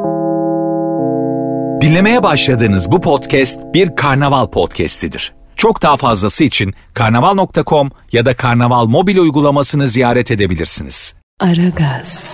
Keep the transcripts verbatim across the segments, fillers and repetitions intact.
Dinlemeye başladığınız bu podcast bir karnaval podcastidir. Çok daha fazlası için karnaval nokta com ya da Karnaval mobil uygulamasını ziyaret edebilirsiniz. Aragaz.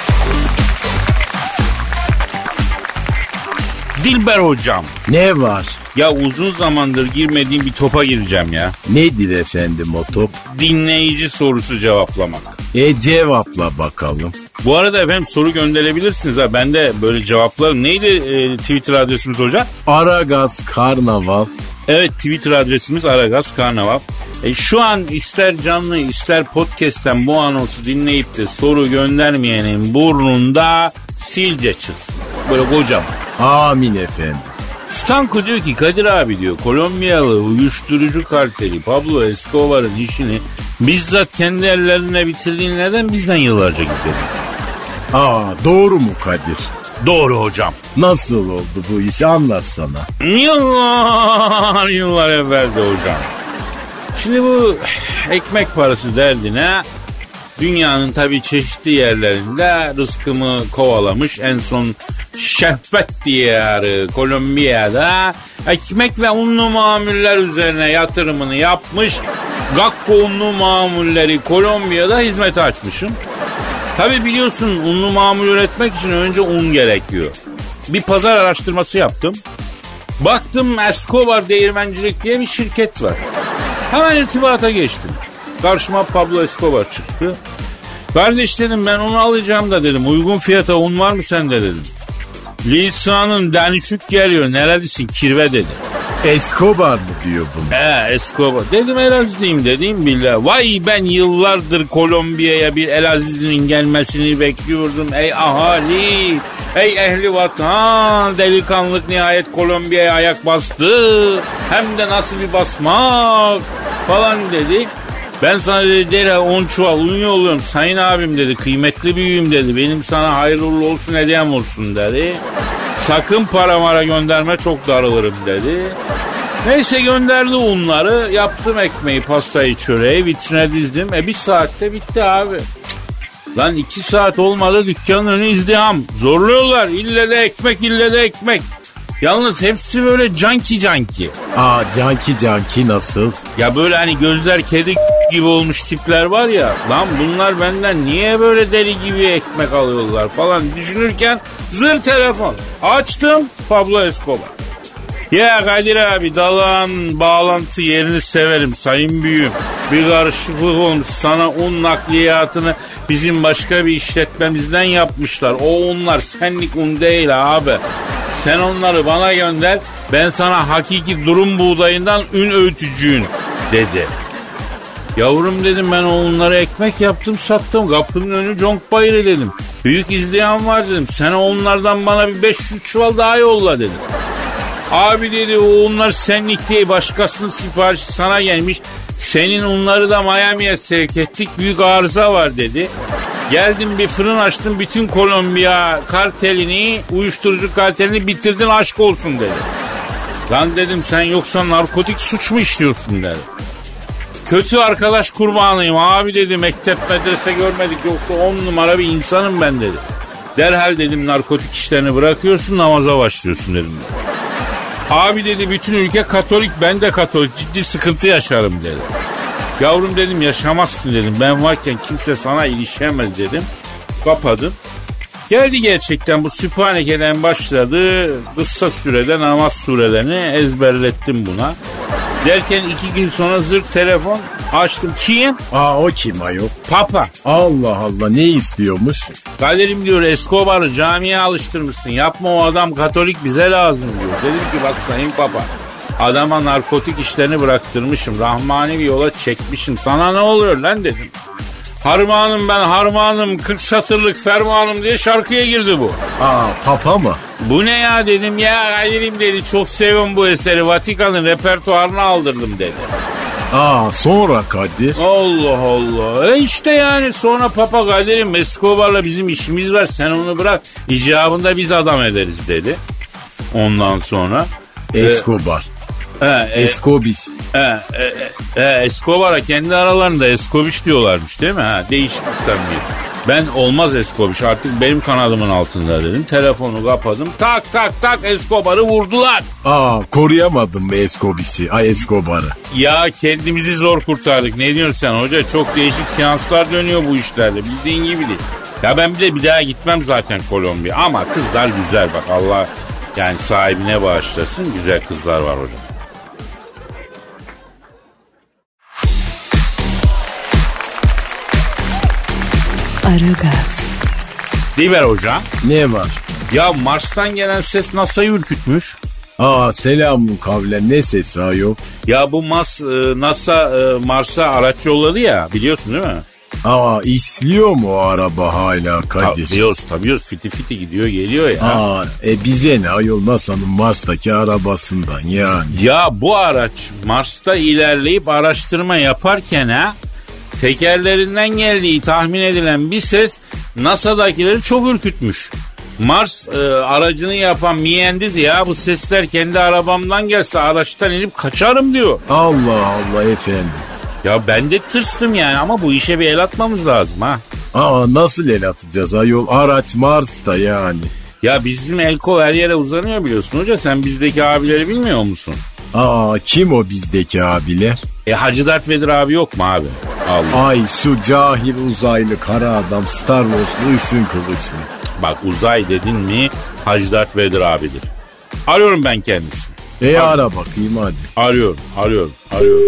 Dilber hocam. Ne var? Ya uzun zamandır girmediğim bir topa gireceğim ya. Nedir efendim o top? Dinleyici sorusu cevaplamak. E cevapla bakalım. Bu arada efendim soru gönderebilirsiniz ha. Ben de böyle cevaplarım. Neydi e, Twitter adresimiz hocam? Aragaz Karnaval. Evet, Twitter adresimiz Aragaz Karnaval. E, şu an ister canlı ister podcast'ten bu anonsu dinleyip de soru göndermeyenin burnunda silce çıksın. Böyle kocam. Amin efendim. Stanko diyor ki Kadir abi diyor Kolombiyalı uyuşturucu karteli Pablo Escobar'ın işini bizzat kendi ellerine bitirdiğini neden bizden yıllarca gizledi? Aa doğru mu Kadir? Doğru hocam. Nasıl oldu bu iş anlatsana. Yıllar yıllar evveldi hocam. Şimdi bu ekmek parası derdine dünyanın tabii çeşitli yerlerinde rızkımı kovalamış. En son şehvet diyarı Kolombiya'da ekmek ve unlu mamuller üzerine yatırımını yapmış. Gakko unlu mamulleri Kolombiya'da hizmete açmışım. Tabii biliyorsun unlu mamul üretmek için önce un gerekiyor. Bir pazar araştırması yaptım. Baktım Escobar Değirmencilik diye bir şirket var. Hemen irtibata geçtim. Karşıma Pablo Escobar çıktı. Kardeş dedim ben onu alacağım da dedim. Uygun fiyata un var mı sende dedim. Lisanın denişük geliyor. Neredesin kirve dedi. Escobar mı diyor bunu? He Escobar. Dedim Elazizliyim dedim billah. Vay ben yıllardır Kolombiya'ya bir Elazizli'nin gelmesini bekliyordum. Ey ahali, ey ehli vatan. Delikanlık nihayet Kolombiya'ya ayak bastı. Hem de nasıl bir basmak falan dedi. Ben sana dedi dere on çuval un yolluyorum sayın abim dedi. Kıymetli büyüğüm dedi. Benim sana hayırlı olsun hediyem olsun dedi. Sakın para mara gönderme çok darılırım dedi. Neyse gönderdi unları. Yaptım ekmeği, pastayı, çöreği vitrine dizdim. E bir saatte bitti abi. Lan iki saat olmadı dükkanın önü izdiham. Zorluyorlar. İlle de ekmek, ille de ekmek. Yalnız hepsi böyle canki canki. Aa canki canki nasıl? Ya böyle hani gözler kedi gibi olmuş tipler var ya. Lan bunlar benden niye böyle deli gibi ekmek alıyorlar falan düşünürken zır telefon. Açtım Pablo Escobar. Ya Kadir abi dalağın bağlantı yerini severim sayın büyüğüm. Bir karışıklık olmuş sana un nakliyatını bizim başka bir işletmemizden yapmışlar. O unlar senlik un değil abi. Sen onları bana gönder ben sana hakiki durum buğdayından ün öğütücüğün dedi. Yavrum dedim ben o unları ekmek yaptım sattım. Kapının önü conk bayırı dedim. Büyük izdiham var dedim. Sen onlardan bana bir beş yüz çuval daha yolla dedim. Abi dedi o unlar senlik değil başkasının siparişi sana gelmiş. Senin unları da Miami'ye sevk ettik büyük arıza var dedi. Geldim bir fırın açtım bütün Kolombiya kartelini uyuşturucu kartelini bitirdin aşk olsun dedi. Lan dedim sen yoksa narkotik suç mu işliyorsun dedi. Kötü arkadaş kurbanıyım abi dedi mektep medrese görmedik yoksa on numara bir insanım ben dedi. Derhal dedim narkotik işlerini bırakıyorsun namaza başlıyorsun dedim. Abi dedi bütün ülke Katolik ben de Katolik ciddi sıkıntı yaşarım dedi. Yavrum dedim yaşamazsın dedim ben varken kimse sana ilişemez dedim. Kapadım. Geldi gerçekten bu Sübhaneke'den başladı. Kısa sürede namaz surelerini ezberlettim buna. Derken iki gün sonra zırt telefon açtım. Kim? Aa o kim ayol? Papa. Allah Allah ne istiyormuş? Kadir'im diyor Escobar'ı camiye alıştırmışsın. Yapma o adam Katolik bize lazım diyor. Dedim ki bak sayın Papa. Adama narkotik işlerini bıraktırmışım. Rahmani bir yola çekmişim. Sana ne oluyor lan dedim. Harmanım ben harmanım kırk satırlık fermanım diye şarkıya girdi bu. Aa Papa mı? Bu ne ya dedim ya Kadir'im dedi. Çok seviyorum bu eseri Vatikan'ın repertuarına aldırdım dedi. Aa sonra Kadir. Allah Allah. E işte yani sonra Papa Kadir'im Escobar'la bizim işimiz var. Sen onu bırak. İcabında biz adam ederiz dedi. Ondan sonra. Escobar. E, e, Escobis. E, e, e, Escobar'a kendi aralarında Escobiş diyorlarmış değil mi? Ha, değişik bir samimiyet. Ben olmaz Escobar, artık benim kanalımın altında dedim. Telefonu kapadım. Tak tak tak Escobar'ı vurdular. Aa, koruyamadın mı Escobar'ı? Ay Escobar'ı. Ya kendimizi zor kurtardık. Ne diyorsun sen hoca? Çok değişik seanslar dönüyor bu işlerde. Bildiğin gibi değil. Ya ben bir de bir daha gitmem zaten Kolombiya. Ama kızlar güzel bak, Allah yani sahibine bağışlasın. Güzel kızlar var hocam. Aragaz. Dilber hocam. Ne var? Ya Mars'tan gelen ses NASA'yı ürkütmüş. Aa, selamun kavlen, ne sesi ayol? Ya bu Mas, NASA Mars'a araç yolladı ya, biliyorsun değil mi? Aa, isliyor mu o araba hala Kadir? Tabii biliyoruz tabii biliyoruz, fiti fiti gidiyor geliyor ya. Aa, e bize ne ayol, NASA'nın Mars'taki arabasından yani. Ya bu araç Mars'ta ilerleyip araştırma yaparken ha, tekerlerinden geldiği tahmin edilen bir ses NASA'dakileri çok ürkütmüş. Mars e, aracını yapan mühendis ya, bu sesler kendi arabamdan gelse araçtan inip kaçarım diyor. Allah Allah efendim. Ya ben de tırstım yani, ama bu işe bir el atmamız lazım ha. Aa, nasıl el atacağız ayol? Araç Mars'ta yani. Ya bizim el kol her yere uzanıyor biliyorsun hoca, sen bizdeki abileri bilmiyor musun? Aa, kim o bizdeki abiler? E Hacı Dert Vedir abi yok mu abi? Allah. Ay şu cahil uzaylı kara adam Star Wars'lu ısın kılıçlı. Bak uzay dedin mi Hacı Dert Vedir abidir. Arıyorum ben kendisini. E ara bakayım hadi. Arıyorum, arıyorum, arıyorum.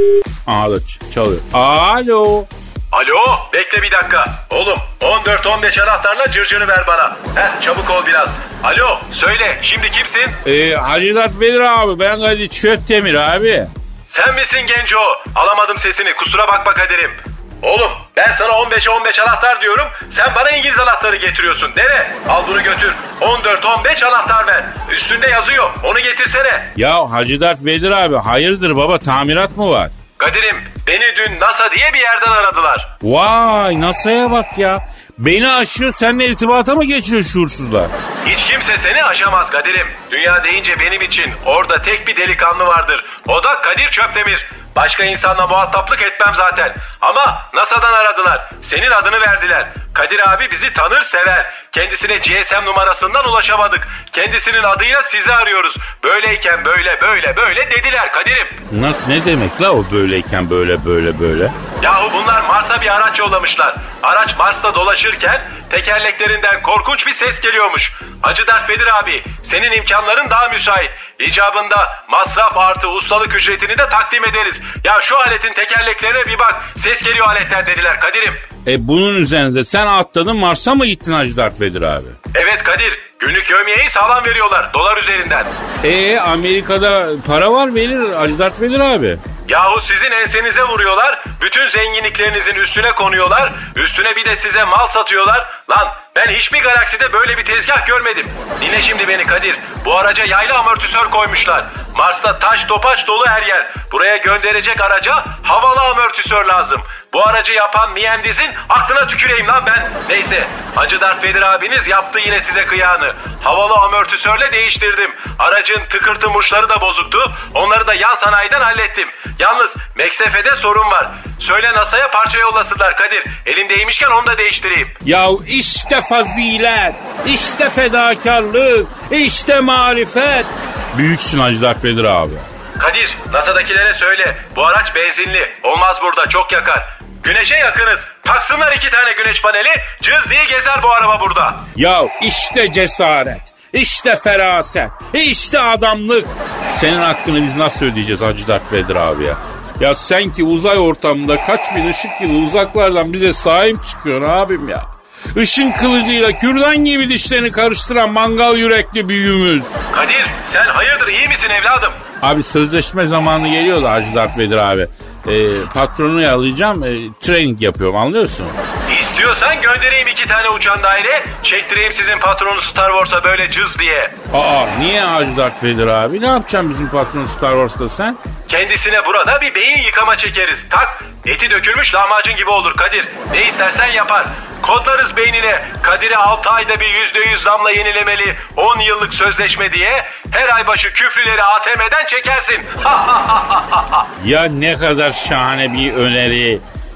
Aha da ç- çalıyor. Alo. Alo, bekle bir dakika. Oğlum, on dört on beş anahtarla cırcırı ver bana. Heh, çabuk ol biraz. Alo, söyle, şimdi kimsin? Ee, Hacı Dert Vedir abi, ben Kadir Çöptemir abi. Sen misin Genco? Alamadım sesini, kusura bakma Kadir'im. Oğlum, ben sana on beşe on beş anahtar diyorum. Sen bana İngiliz anahtarı getiriyorsun. Dene, al bunu götür. on dört on beş anahtar ver. Üstünde yazıyor, onu getirsene. Ya Hacı Dert Vedir abi, hayırdır baba, tamirat mı var? Kadir'im, beni dün NASA diye bir yerden aradılar. Vay, NASA'ya bak ya. Beni aşıyor, seninle irtibata mı geçiyor şuursuzlar? Hiç kimse seni aşamaz Kadir'im. Dünya deyince benim için orada tek bir delikanlı vardır. O da Kadir Çöptemir. Başka insanla muhataplık etmem zaten. Ama NASA'dan aradılar. Senin adını verdiler. Kadir abi bizi tanır sever. Kendisine G S M numarasından ulaşamadık. Kendisinin adıyla sizi arıyoruz. Böyleyken böyle böyle böyle dediler Kadir'im. Nasıl, ne demek la o böyleyken böyle böyle böyle? Yahu bunlar Mars'a bir araç yollamışlar. Araç Mars'ta dolaşırken tekerleklerinden korkunç bir ses geliyormuş. Hacı Dert Vedir abi, senin imkanların daha müsait. İcabında masraf artı ustalık ücretini de takdim ederiz. Ya şu aletin tekerleklerine bir bak, ses geliyor aletten dediler Kadir'im. E bunun üzerinde sen atladın Mars'a mı gittin Hacı Dert Vedir abi? Evet Kadir, günlük yevmiyeyi sağlam veriyorlar dolar üzerinden. E Amerika'da para var, verir Hacı Dert Vedir abi. Yahu sizin ensenize vuruyorlar, bütün zenginliklerinizin üstüne konuyorlar, üstüne bir de size mal satıyorlar. Lan ben hiçbir galakside böyle bir tezgah görmedim. Dinle şimdi beni Kadir, bu araca yaylı amortisör koymuşlar. Mars'ta taş topaç dolu her yer. Buraya gönderecek araca havalı amortisör lazım. Bu aracı yapan mühendisin aklına tüküreyim lan ben. Neyse, Hacı Dert Vedir abiniz yaptı yine size kıyağını. Havalı amortisörle değiştirdim. Aracın tıkırtı muşları da bozuktu. Onları da yan sanayiden hallettim. Yalnız meksefede sorun var. Söyle NASA'ya parça yollasınlar Kadir. Elimdeymişken onu da değiştireyim. Ya işte fazilet, işte fedakarlık, işte marifet. Büyüksün Hacı Dert Vedir abi. Kadir, NASA'dakilere söyle. Bu araç benzinli. Olmaz burada, çok yakar. Güneşe yakınız. Taksınlar iki tane güneş paneli. Cız diye gezer bu araba burada. Ya işte cesaret, işte feraset, işte adamlık. Senin hakkını biz nasıl ödeyeceğiz Hacı Dert Vedir abi ya? Ya sen ki uzay ortamında kaç bin ışık yılı uzaklardan bize sahip çıkıyorsun abim ya. Işın kılıcıyla kürdan gibi dişlerini karıştıran mangal yürekli büyüğümüz. Kadir, sen hayırdır, iyi misin evladım? Abi sözleşme zamanı geliyor da Hacı Dert Vedir abi. Ee, patronu yalayacağım, e, training yapıyorum, anlıyorsun? İstiyorsan göndereyim iki tane uçan daire, çektireyim sizin patronu Star Wars'a böyle cız diye. Aa, niye Hacı Dert Vedir abi? Ne yapacaksın bizim patronu Star Wars'ta sen? Kendisine burada bir beyin yıkama çekeriz. Tak, eti dökülmüş lahmacun gibi olur Kadir. Ne istersen yapar. Kodlarız beynine. Kadir'i altı ayda bir yüzde yüz zamla yenilemeli on yıllık sözleşme diye. Her ay başı küfrüleri A T M'den çekersin. Ya ne kadar şahane bir öneri.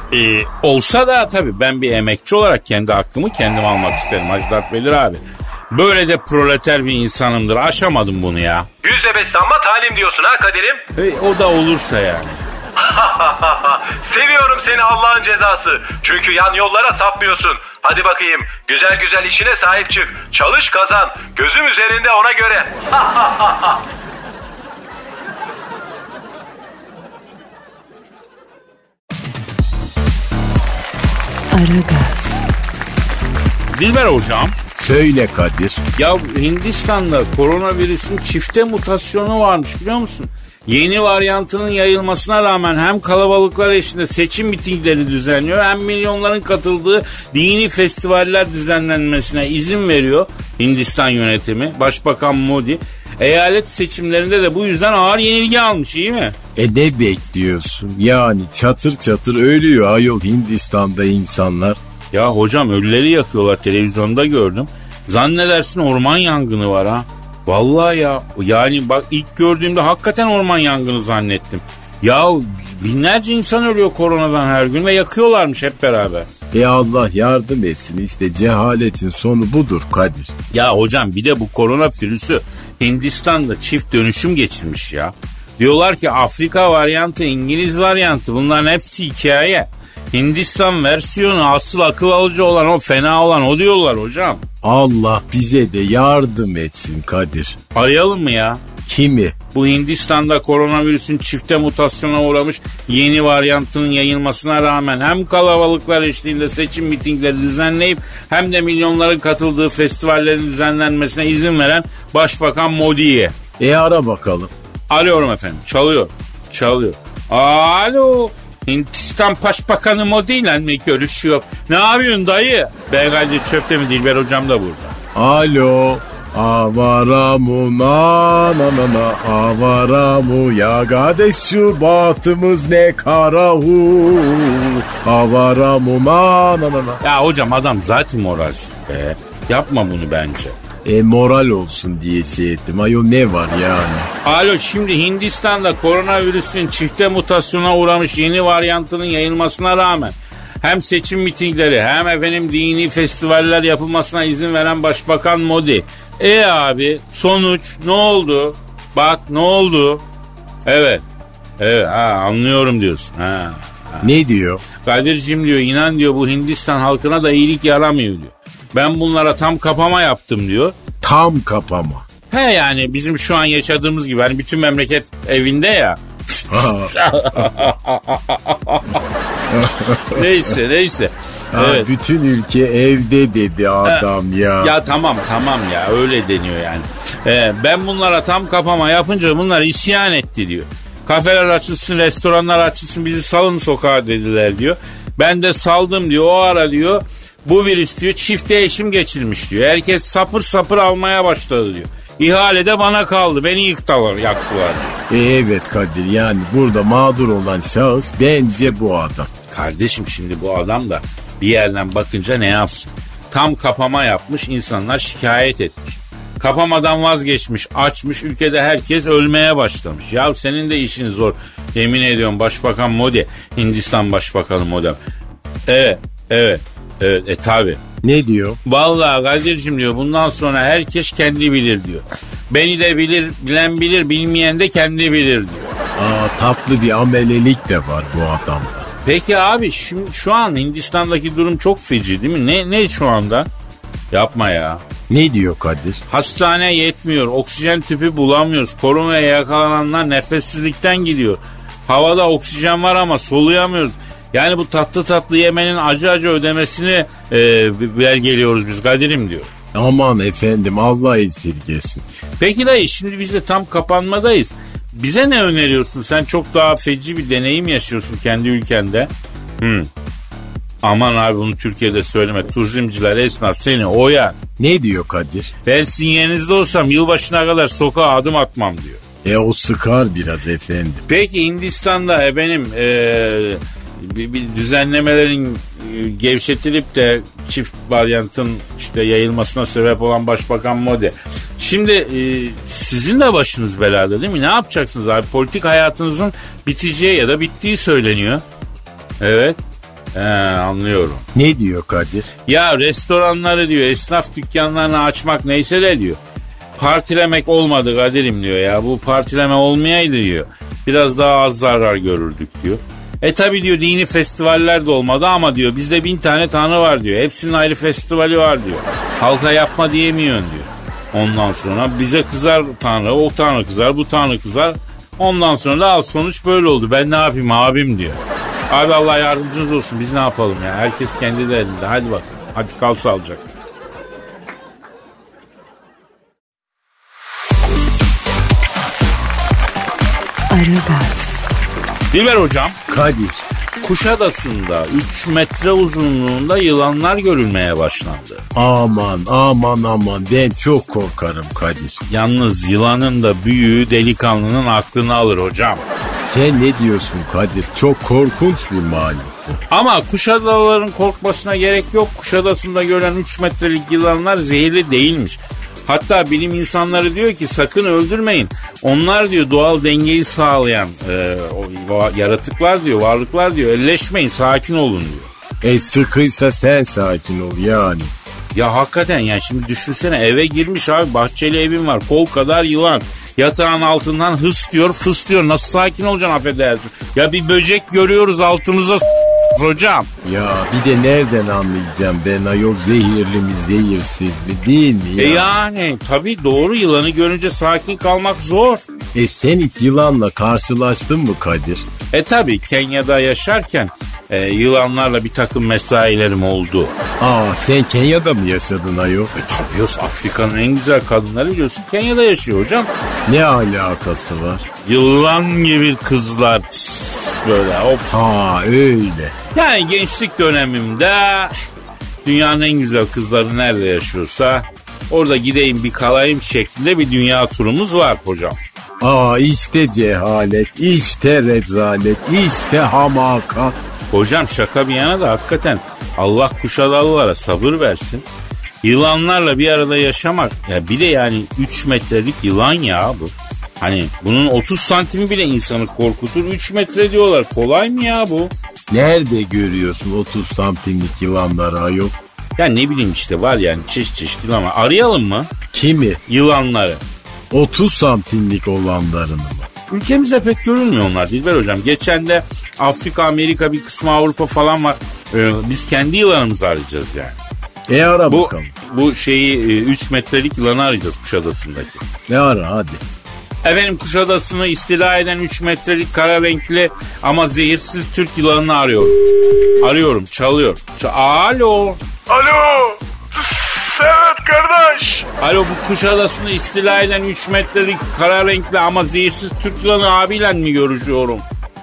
Ee, olsa da tabii ben bir emekçi olarak kendi hakkımı kendim almak isterim Hacı Dert Vedir abi. Böyle de proleter bir insanımdır. Aşamadım bunu ya. Yüzde beş zamma talim diyorsun ha Kadir'im? E, o da olursa yani. Seviyorum seni Allah'ın cezası. Çünkü yan yollara sapmıyorsun. Hadi bakayım güzel güzel işine sahip çık. Çalış kazan. Gözüm üzerinde ona göre. Aragaz. Dilber hocam. Söyle Kadir. Ya Hindistan'da koronavirüsün çifte mutasyonu varmış biliyor musun? Yeni varyantının yayılmasına rağmen hem kalabalıklar eşliğinde seçim mitingleri düzenliyor hem milyonların katıldığı dini festivaller düzenlenmesine izin veriyor Hindistan yönetimi. Başbakan Modi eyalet seçimlerinde de bu yüzden ağır yenilgi almış, iyi mi? E ne bekliyorsun? Yani çatır çatır ölüyor ayol Hindistan'da insanlar. Ya hocam ölüleri yakıyorlar, televizyonda gördüm. Zannedersin orman yangını var ha. Vallahi ya, yani bak ilk gördüğümde hakikaten orman yangını zannettim. Ya binlerce insan ölüyor koronadan her gün ve yakıyorlarmış hep beraber. E Allah yardım etsin, işte cehaletin sonu budur Kadir. Ya hocam bir de bu korona virüsü Hindistan'da çift dönüşüm geçirmiş ya. Diyorlar ki Afrika varyantı, İngiliz varyantı, bunların hepsi hikaye. Hindistan versiyonu asıl akıl alıcı olan, o fena olan o diyorlar hocam. Allah bize de yardım etsin Kadir. Arayalım mı ya? Kimi? Bu Hindistan'da koronavirüsün çifte mutasyona uğramış yeni varyantının yayılmasına rağmen hem kalabalıklar eşliğinde seçim mitingleri düzenleyip hem de milyonların katıldığı festivallerin düzenlenmesine izin veren Başbakan Modi'ye. E ara bakalım. Arıyorum efendim. Çalıyor. Çalıyor. Alo. Hindistan Başbakanı Modi ile mi görüşüyor? Ne yapıyorsun dayı? Beyefendi çöpte mi, Dilber hocam da burada. Alo. Avaramu na na na na avaramu ya kardeş şu bahtımız ne karahu. Avaramu na na na na. Ya hocam adam zaten moralsiz be. Yapma bunu bence. E moral olsun diye şey ettim. Ayol ne var yani? Alo, şimdi Hindistan'da koronavirüsün çifte mutasyona uğramış yeni varyantının yayılmasına rağmen hem seçim mitingleri hem efendim dini festivaller yapılmasına izin veren Başbakan Modi. E abi sonuç ne oldu? Bak ne oldu? Evet. Evet ha, anlıyorum diyorsun. Ha, ha. Ne diyor? Kadir'cim diyor, inan diyor bu Hindistan halkına da iyilik yaramıyor diyor. Ben bunlara tam kapama yaptım diyor. Tam kapama. He yani bizim şu an yaşadığımız gibi hani bütün memleket evinde ya. neyse neyse. Ha, evet. Bütün ülke evde dedi adam ha, ya. Ya tamam tamam ya öyle deniyor yani. Ee, ben bunlara tam kapama yapınca bunlar isyan etti diyor. Kafeler açılsın, restoranlar açılsın, bizi salın sokağa dediler diyor. Ben de saldım diyor. O ara diyor bu virüs diyor çift değişim geçirmiş diyor. Herkes sapır sapır almaya başladı diyor. İhale de bana kaldı. Beni yıktılar, yaktılar diyor. E evet Kadir, yani burada mağdur olan şahıs bence bu adam. Kardeşim şimdi bu adam da bir yerden bakınca ne yapsın? Tam kapama yapmış, insanlar şikayet etmiş. Kapamadan vazgeçmiş, açmış, ülkede herkes ölmeye başlamış. Ya senin de işin zor. Yemin ediyorum Başbakan Modi, Hindistan Başbakanı Modi. Evet, evet, evet, e tabi. Ne diyor? Vallahi Kadir'cim diyor bundan sonra herkes kendi bilir diyor. Beni de bilir, bilen bilir, bilmeyen de kendi bilir diyor. Aa, tatlı bir amelelik de var bu adamda. Peki abi şimdi şu an Hindistan'daki durum çok feci değil mi? Ne ne şu anda? Yapma ya. Ne diyor Kadir? Hastane yetmiyor, oksijen tüpü bulamıyoruz. Koronaya yakalananlar nefessizlikten gidiyor. Havada oksijen var ama soluyamıyoruz. Yani bu tatlı tatlı yemenin acı acı ödemesini e, belgeliyoruz biz Kadir'im diyor. Aman efendim, Allah esirgesin. Peki dayı şimdi biz de tam kapanmadayız. Bize ne öneriyorsun? Sen çok daha feci bir deneyim yaşıyorsun kendi ülkende. Hmm. Aman abi bunu Türkiye'de söyleme. Turizmciler, esnaf seni oyar. Ne diyor Kadir? Ben sizin yerinizde olsam yılbaşına kadar sokağa adım atmam diyor. E o sıkar biraz efendim. Peki Hindistan'da efendim ee, bir, bir düzenlemelerin e, gevşetilip de çift varyantın işte yayılmasına sebep olan Başbakan Modi. Şimdi e, sizin de başınız belada değil mi? Ne yapacaksınız abi? Politik hayatınızın biteceği ya da bittiği söyleniyor. Evet. He, anlıyorum. Ne diyor Kadir? Ya restoranları diyor, esnaf dükkanlarını açmak neyse de diyor. Partilemek olmadı Kadir'im diyor ya. Bu partileme olmayaydı diyor. Biraz daha az zarar görürdük diyor. E tabi diyor dini festivaller de olmadı ama diyor bizde bin tane tanrı var diyor. Hepsinin ayrı festivali var diyor. Halka yapma diyemiyorsun diyor. Ondan sonra bize kızar tanrı, o tanrı kızar, bu tanrı kızar. Ondan sonra da sonuç böyle oldu. Ben ne yapayım abim diyor. Abi Allah yardımcınız olsun, biz ne yapalım ya. Herkes kendi derdinde. Hadi bakalım. Hadi kal sağlıcakla. Aragaz. Dilber hocam. Kadir. Kuşadası'nda üç metre uzunluğunda yılanlar görülmeye başlandı. Aman aman aman ben çok korkarım Kadir. Yalnız yılanın da büyüğü delikanlının aklını alır hocam. Sen ne diyorsun Kadir? Çok korkunç bir mahluk bu. Ama Kuşadalıların korkmasına gerek yok. Kuşadası'nda görülen üç metrelik yılanlar zehirli değilmiş. Hatta bilim insanları diyor ki sakın öldürmeyin. Onlar diyor doğal dengeyi sağlayan e, o, yaratıklar diyor, varlıklar diyor. Elleşmeyin, sakin olun diyor. E sıkıysa sen sakin ol yani. Ya hakikaten yani şimdi düşünsene, eve girmiş abi, bahçeli evin var, kol kadar yılan. Yatağın altından hıs diyor, fıs diyor. Nasıl sakin olacaksın affedersin? Ya bir böcek görüyoruz altımıza s- hocam. Ya bir de nereden anlayacağım ben ayol, zehirli mi zehirsiz mi değil mi ya? E yani tabii doğru, yılanı görünce sakin kalmak zor. E sen hiç yılanla karşılaştın mı Kadir? E tabii Kenya'da yaşarken e, yılanlarla bir takım mesailerim oldu. Aa sen Kenya'da mı yaşadın ayol? E tabii yoksa Afrika'nın en güzel kadınları biliyorsun Kenya'da yaşıyor hocam. Ne alakası var? Yılan gibi kızlar tıs, böyle hop. Ha öyle. Yani gençlik dönemimde dünyanın en güzel kızları nerede yaşıyorsa orada gideyim bir kalayım şeklinde bir dünya turumuz var hocam. Aa işte cehalet, işte rezalet, işte hamakat. Hocam şaka bir yana da hakikaten Allah Kuşadalılara sabır versin. Yılanlarla bir arada yaşamak ya, bir de yani üç metrelik yılan ya bu. Hani bunun otuz santimi bile insanı korkutur. üç metre diyorlar. Kolay mı ya bu? Nerede görüyorsun otuz santimlik yılanları ayol? Ya ne bileyim işte var yani çeşit çeşit yılan var. Arayalım mı? Kimi? Yılanları. otuz santimlik olanlarını mı? Ülkemizde pek görülmüyor onlar Dilber hocam. Geçen de Afrika, Amerika, bir kısmı Avrupa falan var. Ee, biz kendi yılanımızı arayacağız yani. E ara Bu, bakalım. bu şeyi üç metrelik yılanı arayacağız Kuşadası'ndaki. Ne ara hadi. Efendim Kuşadası'nı istila eden üç metrelik kara renkli ama zehirsiz Türk yılanını arıyorum. Arıyorum, çalıyor. Ç- Alo. Alo. Evet kardeş. Alo, bu Kuşadası'nı istila eden üç metrelik kara renkli ama zehirsiz Türk yılanı abiyle mi görüşüyorum?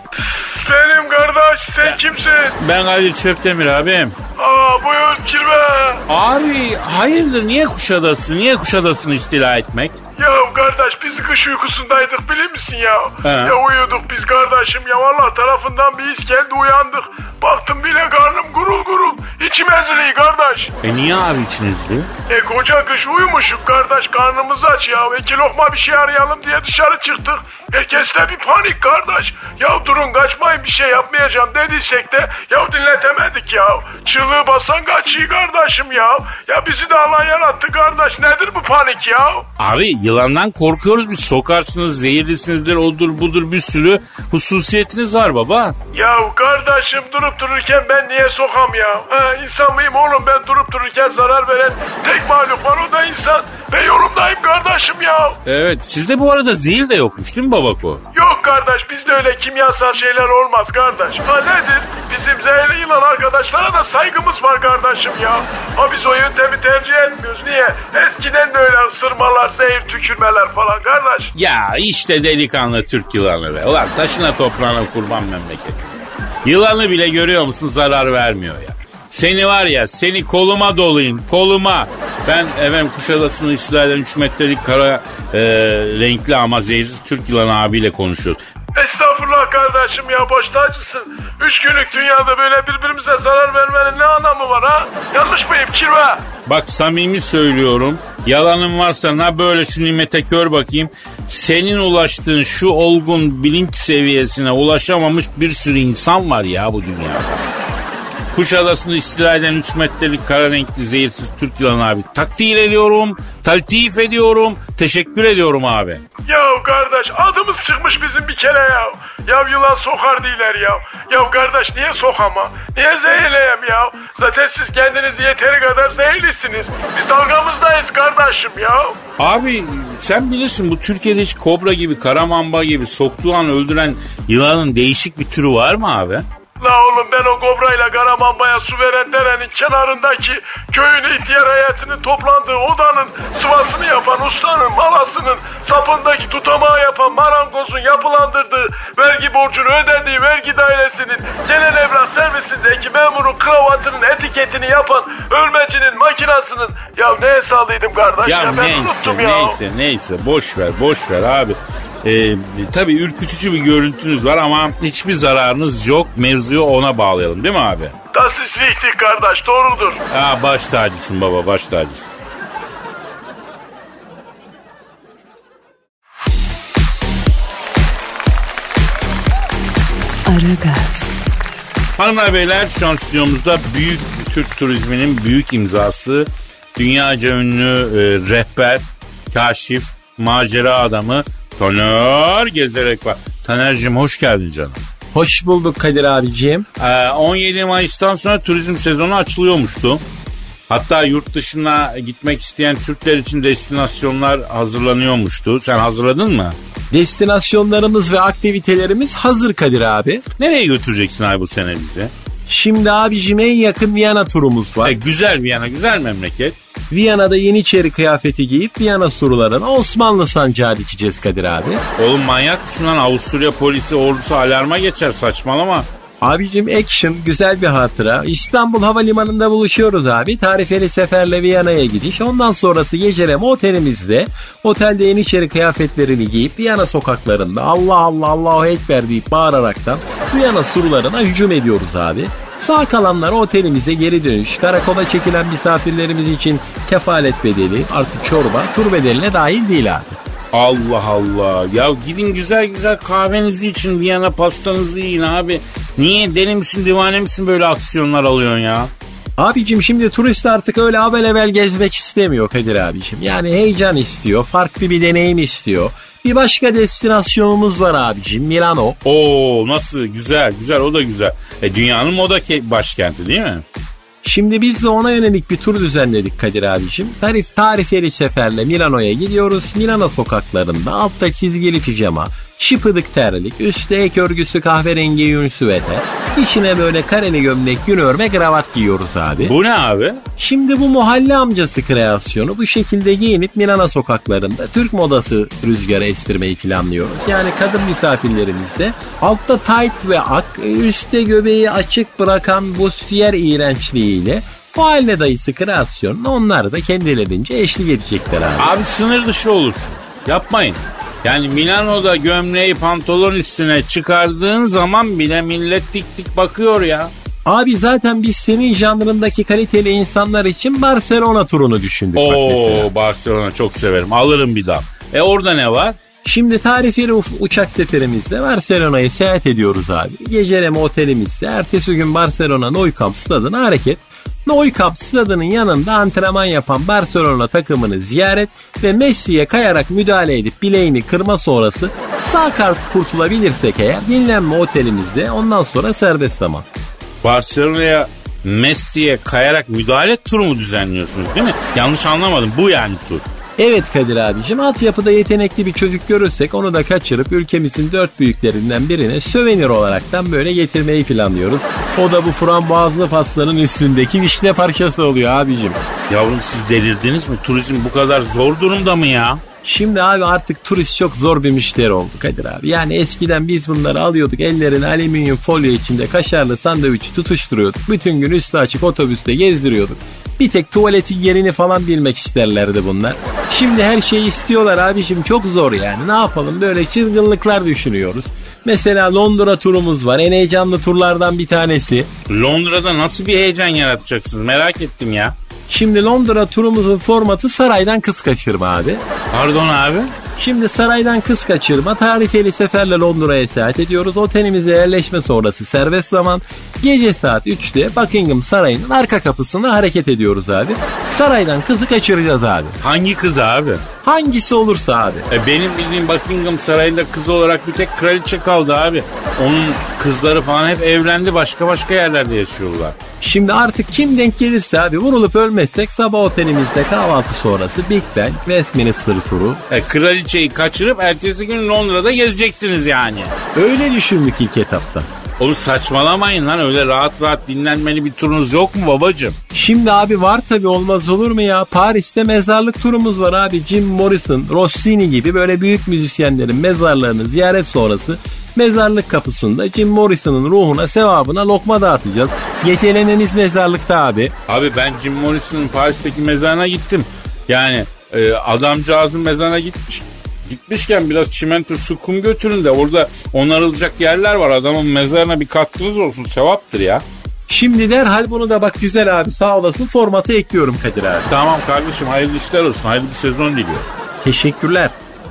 Benim kardeş, sen Ya. kimsin? Ben Kadir Çöptemir abim. Aa buyur kirve. Abi hayırdır, niye Kuşadası? Niye Kuşadası'nı istila etmek? Ya kardeş biz kış uykusundaydık biliyor musun ya? He. Ya uyuduk biz kardeşim ya, Allah tarafından bir his geldi, uyandık. Baktım bile karnım gurul gurul. İçim eziliyor kardeş. E niye abi içinizde? E koca kış uyumuşuk kardeş, karnımız aç ya. İki lokma bir şey arayalım diye dışarı çıktık. Herkeste bir panik kardeş. Ya durun kaçmayın, bir şey yapmayacağım dediysek de ya dinletemedik ya. Çığlığı basan kaçıyor kardeşim ya. Ya bizi de Allah yarattı kardeş, nedir bu panik ya? Abi yılandan korkuyoruz biz, sokarsınız, zehirlisinizdir, odur budur, bir sürü hususiyetiniz var baba. Ya kardeşim durup dururken ben niye sokam ya? Ha, insan mıyım oğlum ben, durup dururken zarar veren tek mahluk var, o da insan. Ben yolumdayım kardeşim ya. Evet, sizde bu arada zehir de yokmuş değil mi babako? Yok kardeş, bizde öyle kimyasal şeyler olmaz kardeş. Ha nedir? Bizim zehirli yılan arkadaşlara da saygımız var kardeşim ya. Ha biz o yöntemi tercih etmiyoruz. Niye? Eskiden de öyle ısırmalar, zehir tükürmeler falan kardeş. Ya işte delikanlı Türk yılanı be. Ulan taşına toprağına kurban memleketim. Yılanı bile görüyor musun, zarar vermiyor ya. Seni var ya, seni koluma dolayın, koluma. Ben efendim Kuşadası'nı istila eden üç metrelik kara e, renkli ama zehirsiz Türk yılanı abiyle konuşuyoruz. Estağfurullah kardeşim ya, boş tacısın. Üç günlük dünyada böyle birbirimize zarar vermenin ne anlamı var ha? Yanlış mıyım kirve? Bak samimi söylüyorum, yalanın varsa ne böyle şu nimete kör bakayım. Senin ulaştığın şu olgun bilinç seviyesine ulaşamamış bir sürü insan var ya bu dünyada. Kuşadası'nı istila eden üç metrelik kara renkli zehirsiz Türk yılanı abi. Takdir ediyorum, taltif ediyorum, teşekkür ediyorum abi. Ya kardeş adımız çıkmış bizim bir kere ya. Ya yılan sokar değiller ya. Ya kardeş niye sokama? Niye zehirleyem ya? Zaten siz kendinizi yeteri kadar zehirlisiniz. Biz dalgamızdayız kardeşim ya. Abi sen bilirsin bu Türkiye'de hiç kobra gibi, kara mamba gibi soktuğu an öldüren yılanın değişik bir türü var mı abi? La oğlum ben o kobrayla Karamamba'ya su veren derenin kenarındaki köyün ihtiyar heyetinin toplandığı odanın sıvasını yapan ustanın malasının sapındaki tutamağı yapan marangozun yapılandırdığı vergi borcunu ödediği vergi dairesinin genel evrak servisindeki memurun kravatının etiketini yapan ölmecinin makinasının ya ne hesabıydım kardeş ya, ya ben neyse, unuttum ya. Neyse neyse boş ver boş ver abi. Ee, tabii ürkütücü bir görüntünüz var ama hiçbir zararınız yok. Mevzuyu ona bağlayalım değil mi abi? Das ist richtig kardeş doğrudur. Ha, baş tacısın baba baş tacısın. Aragaz. Hanımlar beyler şu an stüdyomuzda büyük Türk turizminin büyük imzası, dünyaca ünlü e, rehber, kaşif, macera adamı Taner Gezerek var. Taner'cim hoş geldin canım. Hoş bulduk Kadir abiciğim. Ee, on yedi Mayıs'tan sonra turizm sezonu açılıyormuştu. Hatta yurt dışına gitmek isteyen Türkler için destinasyonlar hazırlanıyormuştu. Sen hazırladın mı? Destinasyonlarımız ve aktivitelerimiz hazır Kadir abi. Nereye götüreceksin abi bu sene bizi? Şimdi abicim en yakın Viyana turumuz var. E, güzel Viyana, güzel memleket. Viyana'da Yeniçeri kıyafeti giyip Viyana surlarına Osmanlı sancağı dikeceğiz Kadir abi. Oğlum manyak mısın lan? Avusturya polisi ordusu alarma geçer, saçmalama. Abicim action, güzel bir hatıra. İstanbul Havalimanı'nda buluşuyoruz abi. Tarifeli seferle Viyana'ya gidiş. Ondan sonrası geceleme otelimizde. Otelde Yeniçeri kıyafetlerini giyip Viyana sokaklarında Allah Allah Allahu Ekber deyip bağıraraktan Viyana surlarına hücum ediyoruz abi. Sağ kalanlar otelimize geri dönüş, karakola çekilen misafirlerimiz için kefalet bedeli, artık çorba, tur bedeline dahil değil abi. Allah Allah. Ya gidin güzel güzel kahvenizi için, Viyana pastanızı yiyin abi. Niye, deli misin, divane misin böyle aksiyonlar alıyorsun ya? Abicim şimdi turist artık öyle abel gezmek istemiyor Kadir abicim. Yani heyecan istiyor, farklı bir deneyim istiyor. Bir başka destinasyonumuz var abicim, Milano. Oo nasıl, güzel güzel, o da güzel. E, dünyanın moda başkenti değil mi? Şimdi biz de ona yönelik bir tur düzenledik Kadir abicim. Tarif tarifeli seferle Milano'ya gidiyoruz. Milano sokaklarında altta çizgili pijama, şıpıdık terlik, üstte ek örgüsü kahverengi yün süveter, içine böyle kareli gömlek, yün örme kravat giyiyoruz abi. Bu ne abi? Şimdi bu mahalle amcası kreasyonu, bu şekilde giyinip Milano sokaklarında Türk modası rüzgarı estirmeyi planlıyoruz. Yani kadın misafirlerimiz de altta tight ve ak, üstte göbeği açık bırakan bu siyer iğrençliğiyle mahalle dayısı kreasyonuna onlar da kendilerince eşlik edecekler abi. Abi sınır dışı olursun. Yapmayın. Yani Milano'da gömleği pantolon üstüne çıkardığın zaman bile millet dik dik bakıyor ya. Abi zaten biz senin janrındaki kaliteli insanlar için Barcelona turunu düşündük. Oo, Barcelona çok severim. Alırım bir daha. E orada ne var? Şimdi tarifeli uçak seferimizde Barcelona'yı seyahat ediyoruz abi. Geceleme otelimizde ertesi gün Barcelona Nou Camp stadına hareket. Nou Camp stadının yanında antrenman yapan Barcelona takımını ziyaret ve Messi'ye kayarak müdahale edip bileğini kırma sonrası sağ kart kurtulabilirsek eğer dinlenme otelimizde, ondan sonra serbest zaman. Barcelona'ya Messi'ye kayarak müdahale turu mu düzenliyorsunuz değil mi? Yanlış anlamadım, bu yani tur. Evet Kadir abicim, altyapıda yetenekli bir çocuk görürsek onu da kaçırıp ülkemizin dört büyüklerinden birine sövenir olaraktan böyle getirmeyi planlıyoruz. O da bu frambuazlı pastanın üstündeki vişne parçası oluyor abicim. Yavrum siz delirdiniz mi? Turizm bu kadar zor durumda mı ya? Şimdi abi artık turist çok zor bir müşteri oldu Kadir abi. Yani eskiden biz bunları alıyorduk, ellerine alüminyum folyo içinde kaşarlı sandviçi tutuşturuyorduk. Bütün gün üstü açık otobüste gezdiriyorduk. Bir tek tuvaletin yerini falan bilmek isterlerdi bunlar. Şimdi her şeyi istiyorlar abiciğim, çok zor yani. Ne yapalım, böyle çılgınlıklar düşünüyoruz. Mesela Londra turumuz var, en heyecanlı turlardan bir tanesi. Londra'da nasıl bir heyecan yaratacaksınız, merak ettim ya. Şimdi Londra turumuzun formatı saraydan kız kaçırma abi. Pardon abi? Şimdi saraydan kız kaçırma, tarifeli seferle Londra'ya seyahat ediyoruz. Otelimize yerleşme sonrası serbest zaman. Gece saat üçte Buckingham Sarayı'nın arka kapısına hareket ediyoruz abi. Saraydan kızı kaçıracağız abi. Hangi kız abi? Hangisi olursa abi. E benim bildiğim Buckingham Sarayı'nda kız olarak bir tek kraliçe kaldı abi. Onun kızları falan hep evlendi, başka başka yerlerde yaşıyorlar. Şimdi artık kim denk gelirse abi, vurulup ölmezsek sabah otelimizde kahvaltı sonrası Big Ben, Westminster turu. E kraliçeyi kaçırıp ertesi gün Londra'da gezeceksiniz yani. Öyle düşündük ilk etapta. Oğlum saçmalamayın lan, öyle rahat rahat dinlenmeli bir turunuz yok mu babacığım? Şimdi abi var tabii, olmaz olur mu ya? Paris'te mezarlık turumuz var abi. Jim Morrison, Rossini gibi böyle büyük müzisyenlerin mezarlarını ziyaret sonrası mezarlık kapısında Jim Morrison'ın ruhuna, sevabına lokma dağıtacağız. Geceleneniz mezarlıkta abi. Abi ben Jim Morrison'ın Paris'teki mezarına gittim. Yani e, adamcağızın mezarına gitmiş. Gitmişken biraz çimento, su, kum götürün de orada onarılacak yerler var. Adamın mezarına bir katkınız olsun, sevaptır ya. Şimdi derhal bunu da bak güzel abi, sağ olasın, formatı ekliyorum Kadir abi. Tamam kardeşim, hayırlı işler olsun, hayırlı bir sezon diliyorum. Teşekkürler.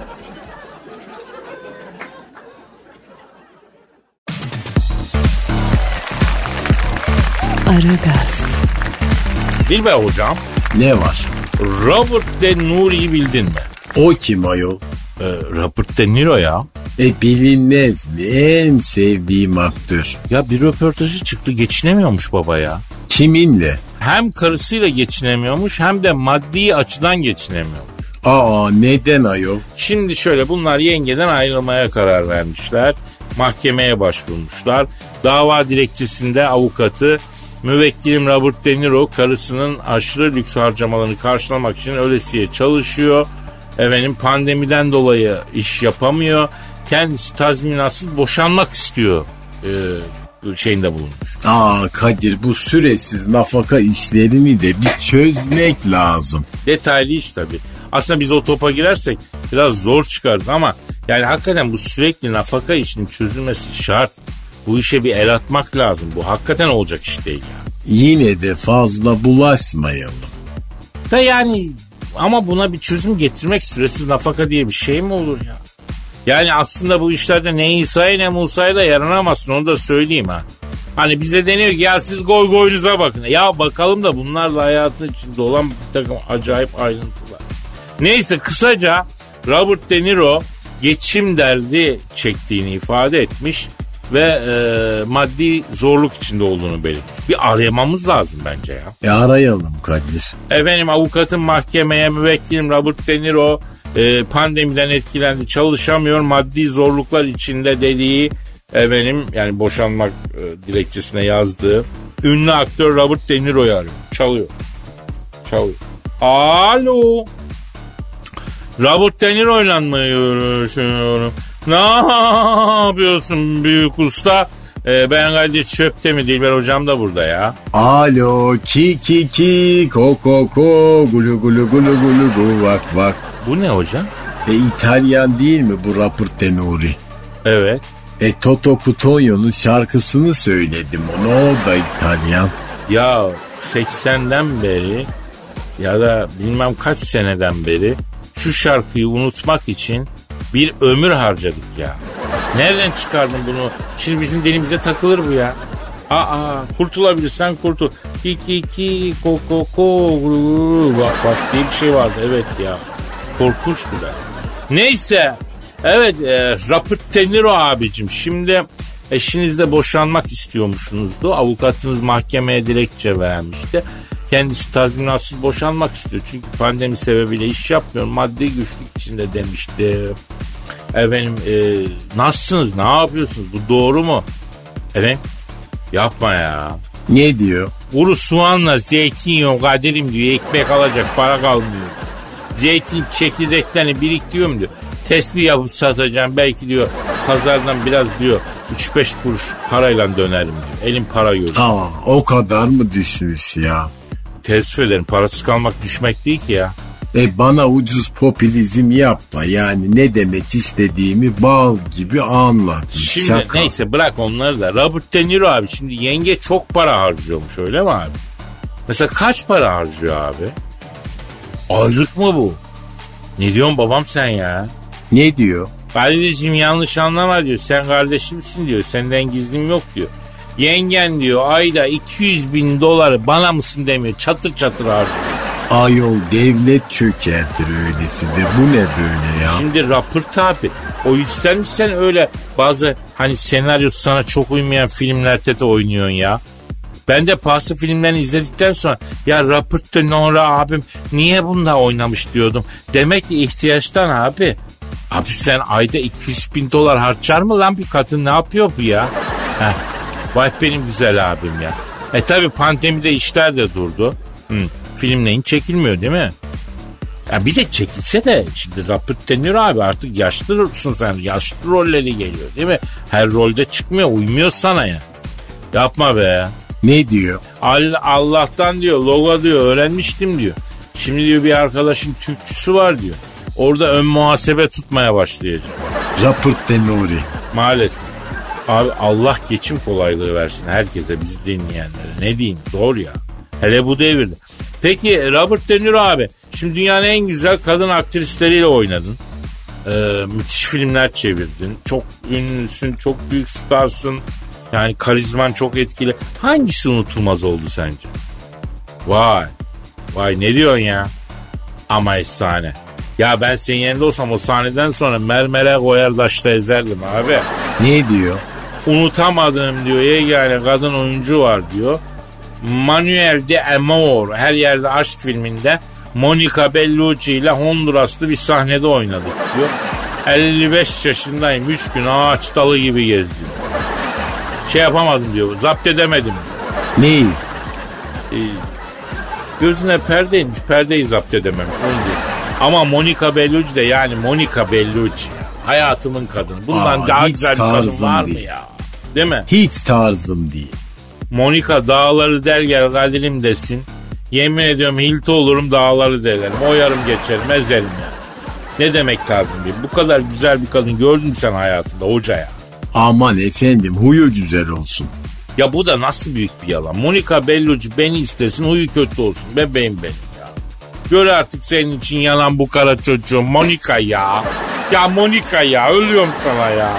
Aragaz. Dilber hocam. Ne var? Robert De Niro'yu bildin mi? O kim ayol? Ee, Robert De Niro ya. E bilinmez mi? En sevdiğim aktör. Ya bir röportajı çıktı, geçinemiyormuş baba ya. Kiminle? Hem karısıyla geçinemiyormuş hem de maddi açıdan geçinemiyormuş. Aa, neden ayol? Şimdi şöyle, bunlar yengeden ayrılmaya karar vermişler. Mahkemeye başvurmuşlar. Dava dilekçesinde avukatı, müvekkilim Robert De Niro karısının aşırı lüks harcamalarını karşılamak için ölesiye çalışıyor. Efendim pandemiden dolayı iş yapamıyor. Kendisi tazminatsız boşanmak istiyor ee, şeyinde bulunmuş. Aa Kadir, bu süresiz nafaka işlerini de bir çözmek lazım. Detaylı iş tabii. Aslında biz o topa girersek biraz zor çıkarız ama yani hakikaten bu sürekli nafaka işinin çözülmesi şart. Bu işe bir el atmak lazım. Bu hakikaten olacak iş değil ya. Yine de fazla bulaşmayalım. Da yani ama buna bir çözüm getirmek, süresiz nafaka diye bir şey mi olur ya? Yani aslında bu işlerde ne İsa'ya ne Musa'ya da yaranamazsın, onu da söyleyeyim ha. Hani bize deniyor ki ya siz goy goyunuza bakın. Ya bakalım da bunlarla hayatın içinde olan bir takım acayip ayrıntılar. Neyse, kısaca Robert De Niro geçim derdi çektiğini ifade etmiş ve e, maddi zorluk içinde olduğunu belirtmiş. Bir aramamız lazım bence ya. E arayalım Kadir. Efendim avukatın mahkemeye, müvekkilim Robert De Niro e, pandemiden etkilendi, çalışamıyor, maddi zorluklar içinde dediği, efendim yani boşanmak e, dilekçesine yazdığı ünlü aktör Robert De Niro'yu arıyor. Çalıyor. Çalıyor. Alo. Robert De Niro'yla mı görüşüyorum? Ne yapıyorsun büyük usta? Ee, ben Kadir Çöptemir, Dilber hocam da burada ya. Alo, ki ki ki, ko ko ko, gulu gulu gulu gulu gu, vak vak. Bu ne hocam? E İtalyan değil mi bu Robert De Niro? Evet. E Toto Cutugno'nun şarkısını söyledim ona, o da İtalyan. Ya seksenden beri ya da bilmem kaç seneden beri şu şarkıyı unutmak için bir ömür harcadık ya. Nereden çıkardın bunu? Şimdi bizim dilimize takılır bu ya. Aa, kurtulabilirsen kurtul. Ki ki ki ko ko ko bak bak diye bir şey vardı, evet ya. Korkunçtu da. Neyse. Evet e, Robert De Niro abicim, şimdi eşinizle boşanmak istiyormuşsunuzdu. Avukatınız mahkemeye dilekçe vermişti. Kendisi tazminatsız boşanmak istiyor. Çünkü pandemi sebebiyle iş yapmıyor, maddi güçlük içinde demişti. Efendim e, nasılsınız, ne yapıyorsunuz, bu doğru mu? Efendim yapma ya. Ne diyor? Kuru soğanla zeytin yok Kadir'im diyor, ekmek alacak para kalmıyor. Zeytin çekirdeklerini biriktiriyorum diyor. Tespih yapıp satacağım, belki diyor pazardan biraz diyor üç beş kuruş parayla dönerim diyor. Elim para görüyor. Aa, o kadar mı düşmüş ya? Teessüf ederim, parasız kalmak düşmek değil ki ya. E bana ucuz popülizm yapma, yani ne demek istediğimi bal gibi anlat. Şimdi Şaka. Neyse bırak onları da. Robert De Niro abi, şimdi yenge çok para harcıyormuş, öyle mi abi? Mesela kaç para harcıyor abi? Aylık mı bu? Ne diyorsun babam sen ya? Ne diyor? Kadir'cim yanlış anlama diyor. Sen kardeşimsin diyor. Senden gizlim yok diyor. Yengen diyor ayda iki yüz bin doları bana mısın demiyor. Çatır çatır harcıyor. Ayol devlet çökertir öylesi de. Bu ne böyle ya? Şimdi Rupert abi, o yüzden mi sen öyle bazı hani senaryosu sana çok uymayan filmlerde de oynuyorsun ya? Ben de paslı filmlerini izledikten sonra ya Rupert de Nora abim niye bunda oynamış diyordum. Demek ki ihtiyaçtan abi. Abi sen ayda iki yüz bin dolar harcar mı lan bir kadın, ne yapıyor bu ya? Heh. Vay benim güzel abim ya. E tabi pandemide işler de durdu. Hı. Film neyin çekilmiyor değil mi? Ya bir de çekilse de şimdi Rupert deniyor abi, artık yaşlısın sen. Yaşlı rolleri geliyor değil mi? Her rolde çıkmıyor, uymuyor sana ya. Yapma be. Ne diyor? Allah, Allah'tan diyor logo diyor öğrenmiştim diyor. Şimdi diyor bir arkadaşın Türkçüsü var diyor. Orada ön muhasebe tutmaya başlayacak. Rupert Denori. Maalesef. Abi Allah geçim kolaylığı versin herkese, bizi dinleyenlere. Ne diyeyim, zor ya. Hele bu devirde. Peki Robert De Niro abi, şimdi dünyanın en güzel kadın aktrisleriyle oynadın. Ee, müthiş filmler çevirdin. Çok ünlüsün, çok büyük starsın. Yani karizman çok etkili. Hangisi unutulmaz oldu sence? Vay. Vay ne diyorsun ya? Ama efsane. Ya ben senin yerinde olsam o sahneden sonra mermere koyar taşta ezerdim abi. Ne diyor? Unutamadığım diyor yegane kadın oyuncu var diyor. Manuel de Amor, Her Yerde Aşk filminde Monica Bellucci ile Honduraslı bir sahnede oynadık diyor. elli beş yaşındayım, üç gün ağaç dalı gibi gezdim. Şey yapamadım diyor, zapt edemedim. Neyi? Ee, gözüne perdeymiş, perdeyi zapt edememiş onu diyor. Ama Monica Bellucci de, yani Monica Bellucci hayatımın kadını. Bundan Aa, daha güzel bir kadın var değil. mı ya? Değil mi? Hiç tarzım değil. Monica dağları del gel Kadir'im desin. Yemin ediyorum hilti olurum, dağları delerim. Oyarım geçerim, ezerim ya. Ne demek tarzım değil. Bu kadar güzel bir kadın gördün mü sen hayatında hoca ya? Aman efendim, huyu güzel olsun. Ya bu da nasıl büyük bir yalan. Monica Bellucci beni istesin, huyu kötü olsun. Bebeğim benim ya. Gör artık senin için yanan bu kara çocuğum Monica ya. Ya Monica ya, ölüyorum sana ya.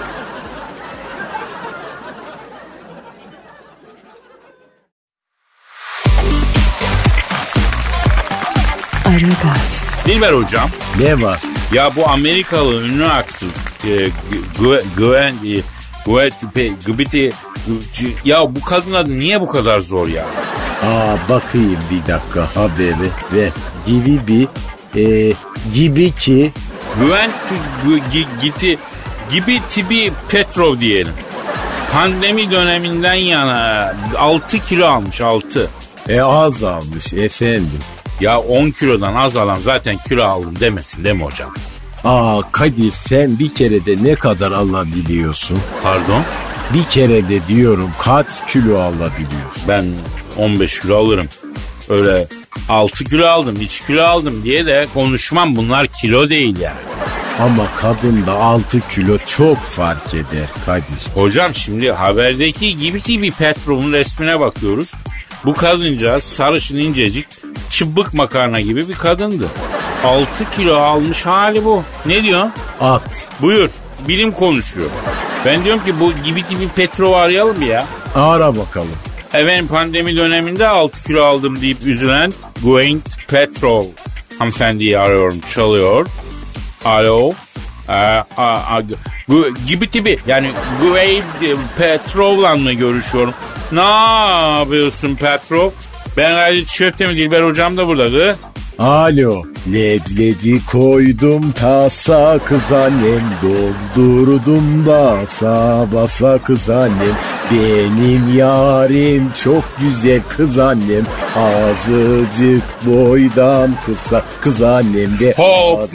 Aragaz. Dilber hocam. Ne var? Ya bu Amerikalı ünlü aktör e, Gwen e, Gwen Gbiti, ya bu kadın adı niye bu kadar zor ya? Aa bakayım bir dakika haberi ve gibi bir e, gibi ki Gwen Giti gibi Tibi Petrov diyelim. Pandemi döneminden yana altı kilo almış, altı. E az almış efendim. Ya on kilodan az alan zaten kilo aldım demesin değil mi hocam? Aa Kadir, sen bir kere de ne kadar alabiliyorsun? Pardon? Bir kere de diyorum kaç kilo alabiliyorsun? Ben on beş kilo alırım. Öyle altı kilo aldım, üç kilo aldım diye de konuşmam, bunlar kilo değil yani. Ama kadında altı kilo çok fark eder Kadir. Hocam şimdi haberdeki gibi gibi Petrov'un resmine bakıyoruz. Bu kadıncağız sarışın, incecik, çıbık makarna gibi bir kadındı. altı kilo almış hali bu. Ne diyorsun? At. Buyur. Bilim konuşuyor. Ben diyorum ki bu gibi gibi Petrov'u arayalım ya. Ara bakalım. Efendim pandemi döneminde altı kilo aldım deyip üzülen Gwen Petrov hanımefendiyi arıyorum. Çalıyor. Alo. Ee, a, a, gu, gibi tibi yani Gwen Petrov'la mı görüşüyorum? Ne yapıyorsun Petrov? Ben gayet köfte mi, Dilber hocam da burada. Alo. Leblebi koydum tasa, kız annem doldurdum basa basa, kız annem benim yarim çok güzel, kız annem azıcık boydan kısa, kız annem de hop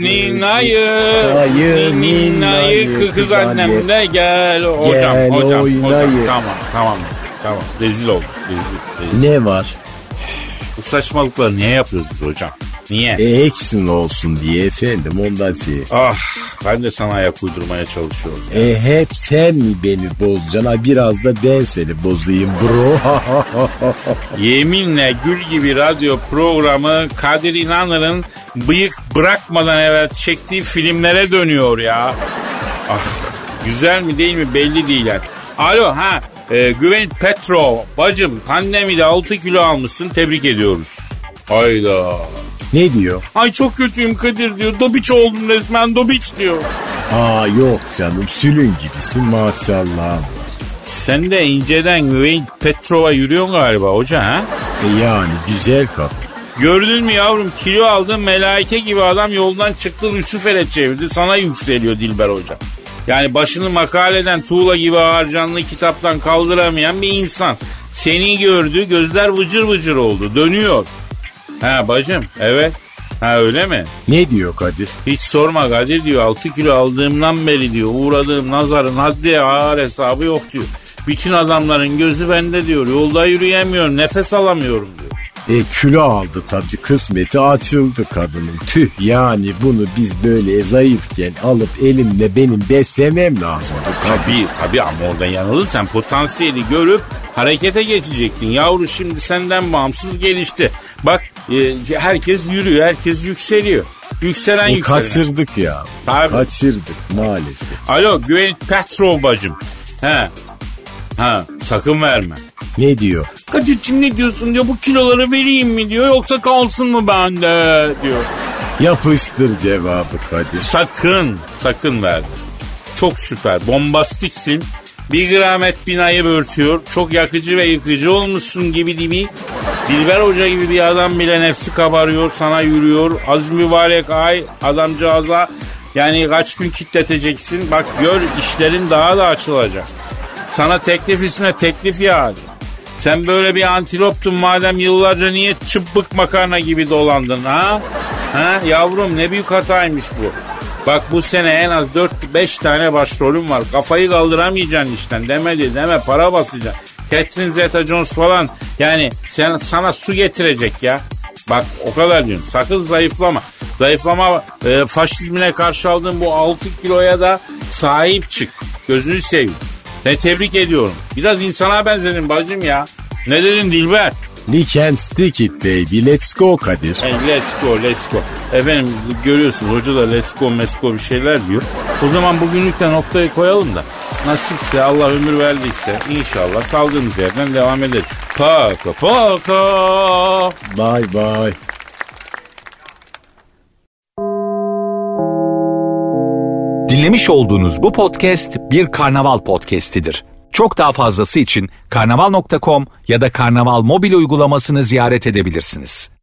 ninayı ninayı kız annem de gel hocam gel hocam, oynayı. hocam tamam tamam tamam rezil olduk rezil, rezil. Ne var? Bu saçmalıkları niye yapıyoruz biz hocam? Niye? E eksin olsun diye efendim ondan şey. Ah ben de sana ayak uydurmaya çalışıyorum. Ya. E hep sen mi beni bozacaksın? Ha, biraz da ben seni bozayım bro. Yeminle Gül gibi radyo programı Kadir İnanır'ın bıyık bırakmadan evvel çektiği filmlere dönüyor ya. Ah güzel mi değil mi belli değil yani. Alo ha e, Güvenit Petrov bacım pandemide altı kilo almışsın tebrik ediyoruz. Hayda. Ne diyor? Ay çok kötüyüm Kadir diyor. Dobiç oldum resmen dobiç diyor. Aa yok canım sülün gibisin maşallah. Sen de inceden Güvenit Petrov'a yürüyorsun galiba hoca ha? E yani güzel kadın. Gördün mü yavrum kilo aldın melaike gibi adam yoldan çıktı Lucifer'e çevirdi sana yükseliyor Dilber hoca. Yani başını makaleden tuğla gibi ağır canlı kitaptan kaldıramayan bir insan. Seni gördü gözler vıcır vıcır oldu dönüyor. Ha bacım evet. Ha öyle mi? Ne diyor Kadir? Hiç sorma Kadir diyor altı kilo aldığımdan beri diyor uğradığım nazarın haddi ağır hesabı yok diyor. Bütün adamların gözü bende diyor yolda yürüyemiyorum nefes alamıyorum diyor. E kilo aldı tabii kısmeti açıldı kadının. Tüh yani bunu biz böyle zayıfken alıp elimle benim beslemem lazımdı. Tabii tabii ama orada yanılırsan potansiyeli görüp harekete geçecektin. Yavru şimdi senden bağımsız gelişti. Bak e, herkes yürüyor herkes yükseliyor. Yükselen e, yükselen. Kaçırdık ya. Tabii. Kaçırdık maalesef. Alo Güvenit Petrov bacım. He. Ha sakın verme. Ne diyor? Kadir'cim ne diyorsun diyor bu kiloları vereyim mi diyor yoksa kalsın mı bende diyor. Yapıştır cevabı Kadir. Sakın sakın verme. Çok süper bombastiksin. Bir gram et binayı örtüyor. Çok yakıcı ve yıkıcı olmuşsun gibi gibi. Dilber Hoca gibi bir adam bile nefsi kabarıyor sana yürüyor. Az mübarek ay adamcağıza yani kaç gün kitleteceksin. Bak gör işlerin daha da açılacak. Sana teklif üstüne teklif yağdı. Sen böyle bir antiloptun madem yıllarca niye çıpık makarna gibi dolandın ha? Ha yavrum ne büyük hataymış bu. Bak bu sene en az dört beş tane başrolüm var. Kafayı kaldıramayacaksın işten demedi deme para basacaksın. Catherine Zeta-Jones falan yani sen, sana su getirecek ya. Bak o kadar diyorum sakın zayıflama. Zayıflama e, faşizmine karşı aldığın bu altı kiloya da sahip çık. Gözünü seveyim. Seni tebrik ediyorum. Biraz insana benzedin bacım ya. Ne dedin Dilber? We can stick it baby. Let's go Kadir. Hey, let's go, let's go. Efendim görüyorsunuz hoca da let's go, let's go bir şeyler diyor. O zaman bugünlük de noktayı koyalım da. Nasipse Allah ömür verdiyse inşallah kaldığımız yerden devam ederiz. Paka paka. Bye bye. Dinlemiş olduğunuz bu podcast bir Karnaval podcastidir. Çok daha fazlası için karnaval nokta com ya da Karnaval mobil uygulamasını ziyaret edebilirsiniz.